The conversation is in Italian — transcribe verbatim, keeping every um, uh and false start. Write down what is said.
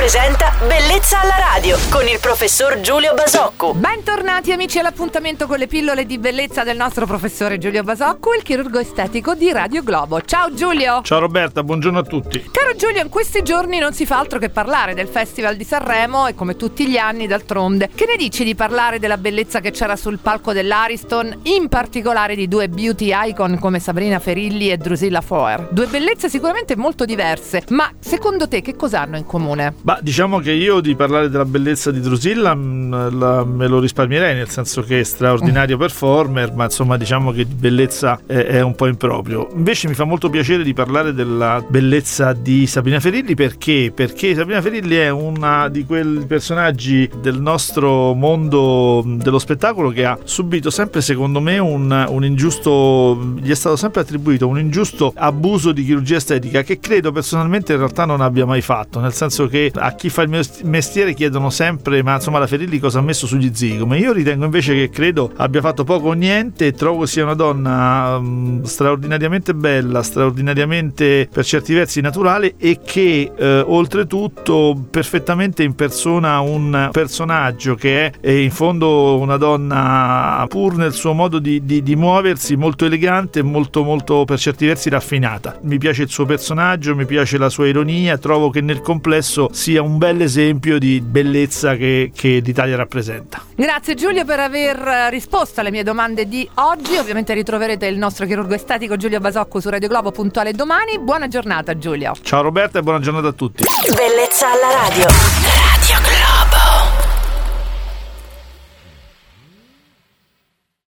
presenta Bellezza alla radio con il professor Giulio Basocco. Bentornati amici all'appuntamento con le pillole di bellezza del nostro professore Giulio Basocco, il chirurgo estetico di Radio Globo. Ciao Giulio. Ciao Roberta, buongiorno a tutti. Caro Giulio, in questi giorni non si fa altro che parlare del Festival di Sanremo e come tutti gli anni d'altronde. Che ne dici di parlare della bellezza che c'era sul palco dell'Ariston, in particolare di due beauty icon come Sabrina Ferilli e Drusilla Foer? Due bellezze sicuramente molto diverse, ma secondo te che cosa hanno in comune? Bah, diciamo che io di parlare della bellezza di Drusilla mh, la, me lo risparmierei, nel senso che è straordinario performer, ma insomma diciamo che di bellezza è, è un po' improprio. Invece mi fa molto piacere di parlare della bellezza di Sabrina Ferilli. Perché? Perché Sabrina Ferilli è una di quei personaggi del nostro mondo dello spettacolo che ha subito sempre, secondo me, un, un ingiusto, gli è stato sempre attribuito un ingiusto abuso di chirurgia estetica che credo personalmente in realtà non abbia mai fatto, nel senso che a chi fa il mestiere chiedono sempre ma insomma la Ferilli cosa ha messo sugli zigomi. Io ritengo invece che credo abbia fatto poco o niente e trovo sia una donna um, straordinariamente bella, straordinariamente per certi versi naturale e che eh, oltretutto perfettamente impersona un personaggio che è, è in fondo una donna pur nel suo modo di, di, di muoversi molto elegante e molto molto per certi versi raffinata. Mi piace il suo personaggio, mi piace la sua ironia, trovo che nel complesso sia un bel esempio di bellezza che, che l'Italia rappresenta. Grazie Giulio per aver risposto alle mie domande di oggi. Ovviamente ritroverete il nostro chirurgo estetico Giulio Basocco su Radio Globo puntuale domani. Buona giornata Giulio. Ciao Roberta e buona giornata a tutti. Bellezza alla radio.